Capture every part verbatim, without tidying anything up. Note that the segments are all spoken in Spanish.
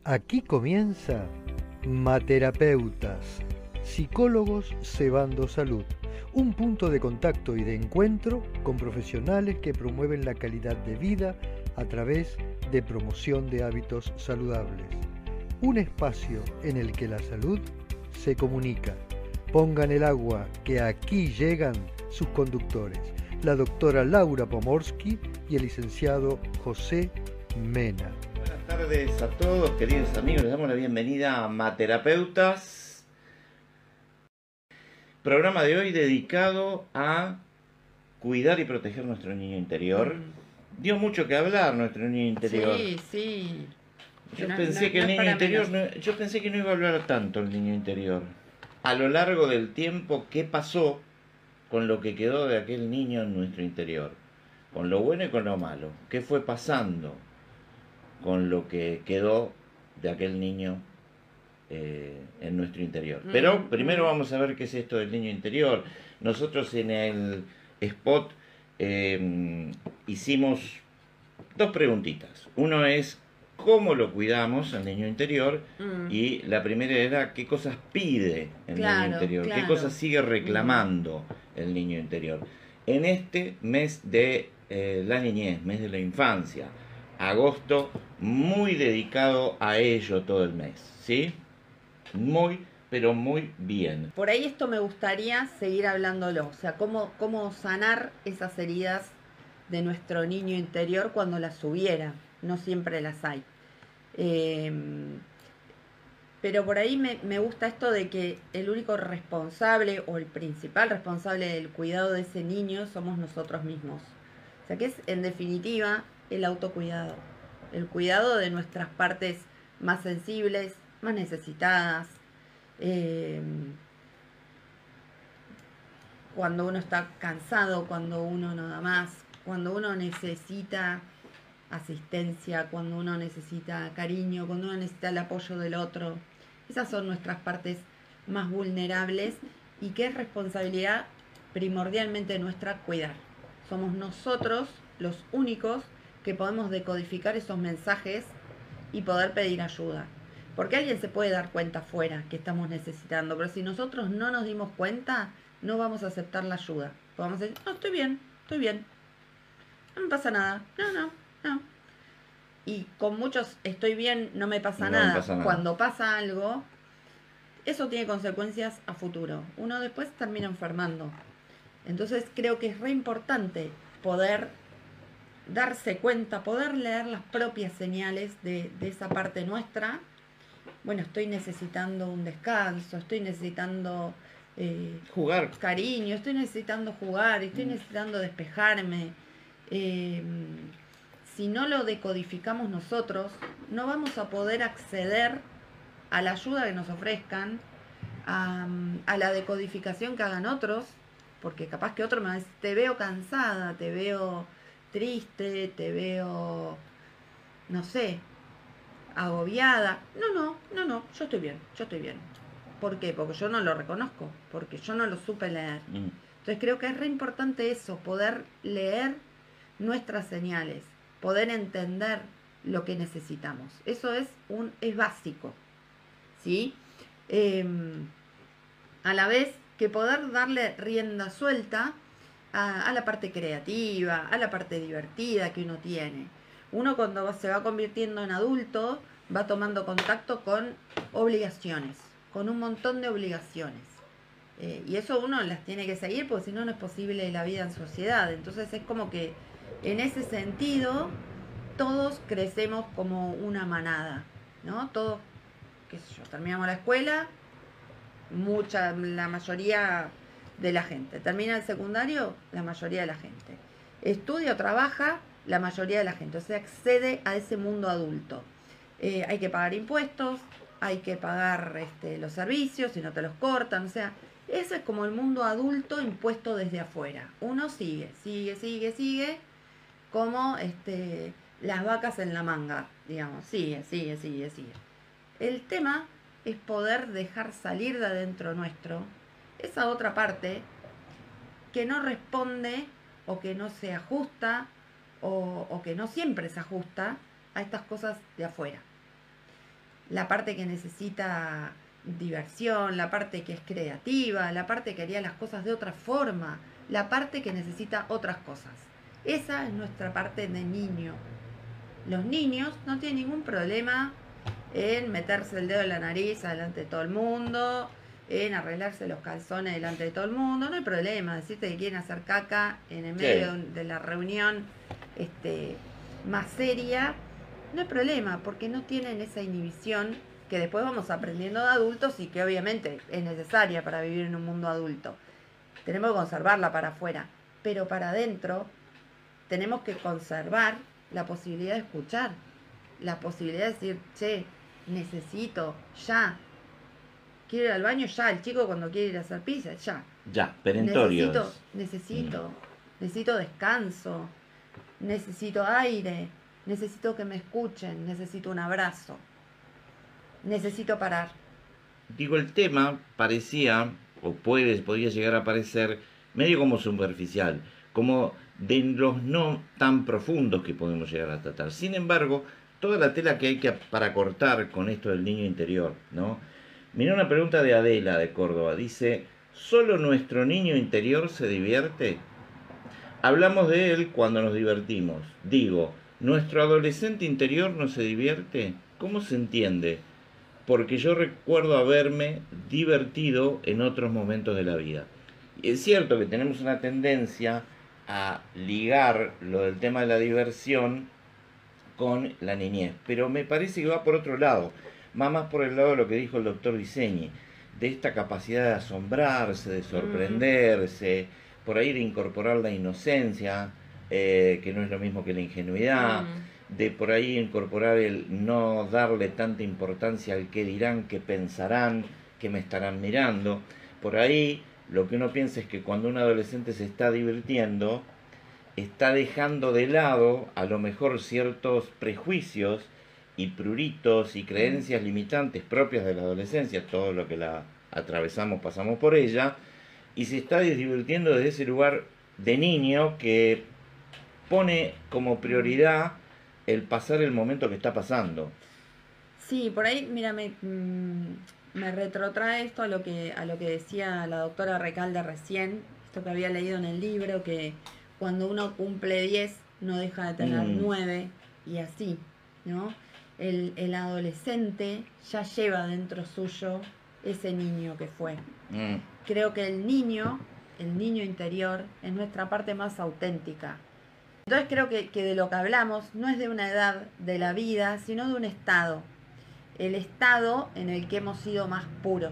Aquí comienza Materapeutas, psicólogos cebando salud, un punto de contacto y de encuentro con profesionales que promueven la calidad de vida a través de promoción de hábitos saludables. Un espacio en el que la salud se comunica. Pongan el agua, que aquí llegan sus conductores, la doctora Laura Pomorsky y el licenciado José Mena. Buenas tardes a todos, queridos amigos. Les damos la bienvenida a Materapeutas. Programa de hoy dedicado a cuidar y proteger nuestro niño interior. Mm. Dio mucho que hablar nuestro niño interior. Sí, sí. Yo No, pensé no, que el no niño para interior, menos. no, yo pensé que no iba a hablar tanto el niño interior. A lo largo del tiempo, ¿qué pasó con lo que quedó de aquel niño en nuestro interior? Con lo bueno y con lo malo. ¿Qué fue pasando con lo que quedó de aquel niño eh, en nuestro interior? Pero Mm, primero mm. vamos a ver qué es esto del niño interior. Nosotros en el spot eh, hicimos dos preguntitas. Uno es cómo lo cuidamos al niño interior, Mm. y la primera era qué cosas pide el Claro, niño interior, qué claro. cosas sigue reclamando el niño interior. En este mes de eh, la niñez, mes de la infancia, agosto, muy dedicado a ello todo el mes, ¿sí? Muy, pero muy bien. Por ahí esto me gustaría seguir hablándolo, o sea, cómo, cómo sanar esas heridas de nuestro niño interior cuando las hubiera, no siempre las hay. Eh, pero por ahí me, me gusta esto de que el único responsable o el principal responsable del cuidado de ese niño somos nosotros mismos. O sea que es en definitiva el autocuidado, el cuidado de nuestras partes más sensibles, más necesitadas. Eh, cuando uno está cansado, cuando uno no da más, cuando uno necesita asistencia, cuando uno necesita cariño, cuando uno necesita el apoyo del otro. Esas son nuestras partes más vulnerables y que es responsabilidad primordialmente nuestra cuidar. Somos nosotros los únicos que podemos decodificar esos mensajes y poder pedir ayuda. Porque alguien se puede dar cuenta afuera que estamos necesitando, pero si nosotros no nos dimos cuenta, no vamos a aceptar la ayuda. Vamos a decir, no, estoy bien, estoy bien. No me pasa nada. No, no, no. Y con muchos estoy bien, no me pasa, No me nada. pasa nada. Cuando pasa algo, eso tiene consecuencias a futuro. Uno después termina enfermando. Entonces creo que es re importante poder darse cuenta, poder leer las propias señales de, de esa parte nuestra. Bueno, estoy necesitando un descanso, estoy necesitando eh, Jugar. cariño, estoy necesitando jugar, estoy Mm. necesitando despejarme. Eh, si no lo decodificamos nosotros, no vamos a poder acceder a la ayuda que nos ofrezcan, a, a la decodificación que hagan otros, porque capaz que otro me va a decir, te veo cansada, te veo triste, te veo, no sé, agobiada. No, no, no, no, yo estoy bien, yo estoy bien. ¿Por qué? Porque yo no lo reconozco, porque yo no lo supe leer. Mm. Entonces creo que es re importante eso, poder leer nuestras señales, poder entender lo que necesitamos. Eso es un es básico, ¿sí? Eh, a la vez que poder darle rienda suelta a, a la parte creativa, a la parte divertida que uno tiene. Uno cuando se va convirtiendo en adulto va tomando contacto con obligaciones, con un montón de obligaciones. Eh, y eso uno las tiene que seguir porque si no, no es posible la vida en sociedad. Entonces es como que en ese sentido todos crecemos como una manada, ¿no? Todos, qué sé yo, terminamos la escuela, mucha, la mayoría de la gente. Termina el secundario, la mayoría de la gente. Estudia o trabaja, la mayoría de la gente. O sea, accede a ese mundo adulto. Eh, hay que pagar impuestos, hay que pagar este, los servicios, si no te los cortan, o sea, ese es como el mundo adulto impuesto desde afuera. Uno sigue, sigue, sigue, sigue, como este, las vacas en la manga, digamos, sigue, sigue, sigue, sigue. El tema es poder dejar salir de adentro nuestro esa otra parte que no responde o que no se ajusta o, o que no siempre se ajusta a estas cosas de afuera. la parte que necesita diversión, la parte que es creativa, la parte que haría las cosas de otra forma, la parte que necesita otras cosas. Esa es nuestra parte de niño. Los niños no tienen ningún problema en meterse el dedo en la nariz delante de todo el mundo, en arreglarse los calzones delante de todo el mundo, no hay problema. Decirte que quieren hacer caca en el medio sí. de la reunión este, más seria, no hay problema, porque no tienen esa inhibición que después vamos aprendiendo de adultos y que obviamente es necesaria para vivir en un mundo adulto. Tenemos que conservarla para afuera, pero para adentro tenemos que conservar la posibilidad de escuchar, la posibilidad de decir, che, necesito, ya, quiero ir al baño, ya, el chico cuando quiere ir a hacer pizza, ya. Ya, perentorios. Necesito, necesito, mm. necesito descanso, necesito aire, necesito que me escuchen, necesito un abrazo, necesito parar. Digo, el tema parecía, o puede, podría llegar a parecer medio como superficial, como de los no tan profundos que podemos llegar a tratar. Sin embargo, toda la tela que hay que para cortar con esto del niño interior, ¿no? Mira una pregunta de Adela de Córdoba, dice, ¿solo nuestro niño interior se divierte? Hablamos de él cuando nos divertimos. Digo, ¿nuestro adolescente interior no se divierte? ¿Cómo se entiende? Porque yo recuerdo haberme divertido en otros momentos de la vida. Y es cierto que tenemos una tendencia a ligar lo del tema de la diversión con la niñez, pero me parece que va por otro lado, va más por el lado de lo que dijo el doctor Diseñi, de esta capacidad de asombrarse, de sorprenderse, mm. por ahí de incorporar la inocencia, eh, que no es lo mismo que la ingenuidad, mm. de por ahí incorporar el no darle tanta importancia al qué dirán, qué pensarán, qué me estarán mirando. Por ahí lo que uno piensa es que cuando un adolescente se está divirtiendo, está dejando de lado a lo mejor ciertos prejuicios y pruritos y creencias limitantes propias de la adolescencia, todo lo que la atravesamos, pasamos por ella, y se está divirtiendo desde ese lugar de niño que pone como prioridad el pasar el momento que está pasando. Sí, por ahí, mira, me, me retrotrae esto a lo que a lo que decía la doctora Recalde recién, esto que había leído en el libro, que cuando uno cumple diez no deja de tener mm. nueve, y así, ¿no? El, el adolescente ya lleva dentro suyo ese niño que fue. Mm. Creo que el niño, el niño interior, es nuestra parte más auténtica. Entonces creo que, que de lo que hablamos no es de una edad de la vida, sino de un estado. El estado en el que hemos sido más puros,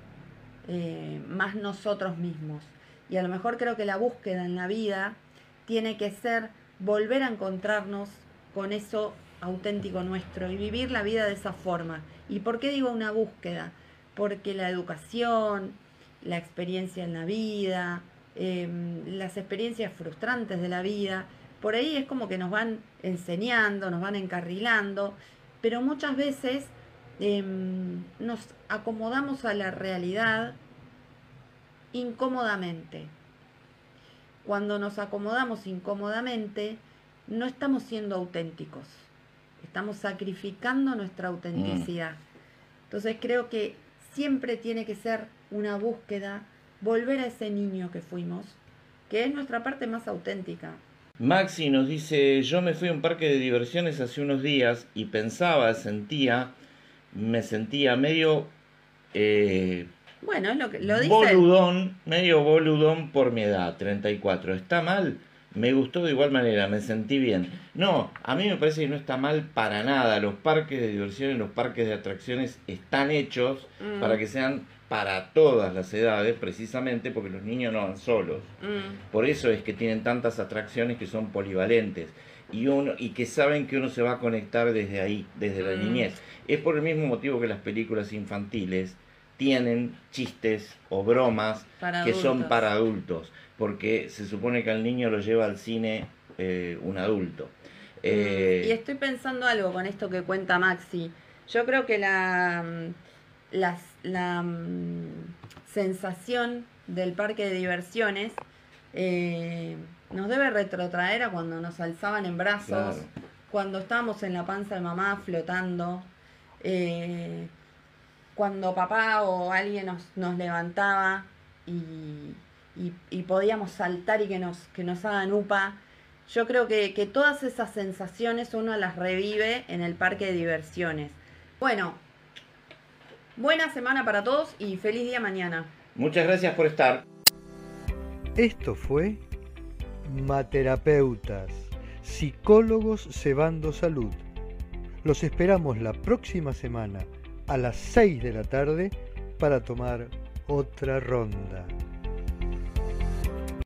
eh, más nosotros mismos. Y a lo mejor creo que la búsqueda en la vida tiene que ser volver a encontrarnos con eso auténtico nuestro y vivir la vida de esa forma. ¿Y por qué digo una búsqueda? Porque la educación, la experiencia en la vida, eh, las experiencias frustrantes de la vida, por ahí es como que nos van enseñando, nos van encarrilando, pero muchas veces eh, nos acomodamos a la realidad incómodamente. Cuando nos acomodamos incómodamente, no estamos siendo auténticos. Estamos sacrificando nuestra autenticidad. Mm. Entonces creo que siempre tiene que ser una búsqueda, volver a ese niño que fuimos, que es nuestra parte más auténtica. Maxi nos dice, yo me fui a un parque de diversiones hace unos días y pensaba, sentía, me sentía medio... Eh, bueno, es lo que lo dice. Boludón, medio boludón por mi edad, treinta y cuatro. ¿Está mal? Me gustó de igual manera, me sentí bien. No, a mí me parece que no está mal para nada. Los parques de diversiones, los parques de atracciones están hechos mm. para que sean para todas las edades, precisamente porque los niños no van solos. Mm. Por eso es que tienen tantas atracciones que son polivalentes y uno y que saben que uno se va a conectar desde ahí, desde mm. la niñez. Es por el mismo motivo que las películas infantiles tienen chistes o bromas para que adultos. son para adultos, porque se supone que al niño lo lleva al cine eh, un adulto. Eh, y estoy pensando algo con esto que cuenta Maxi. Yo creo que la, la, la sensación del parque de diversiones eh, nos debe retrotraer a cuando nos alzaban en brazos, claro. cuando estábamos en la panza de mamá flotando, Eh, cuando papá o alguien nos, nos levantaba y, y, y podíamos saltar y que nos, que nos hagan upa. Yo creo que, que todas esas sensaciones uno las revive en el parque de diversiones. Bueno, buena semana para todos y feliz día mañana. Muchas gracias por estar. Esto fue Materapeutas, psicólogos cebando salud. Los esperamos la próxima semana a las seis de la tarde para tomar otra ronda.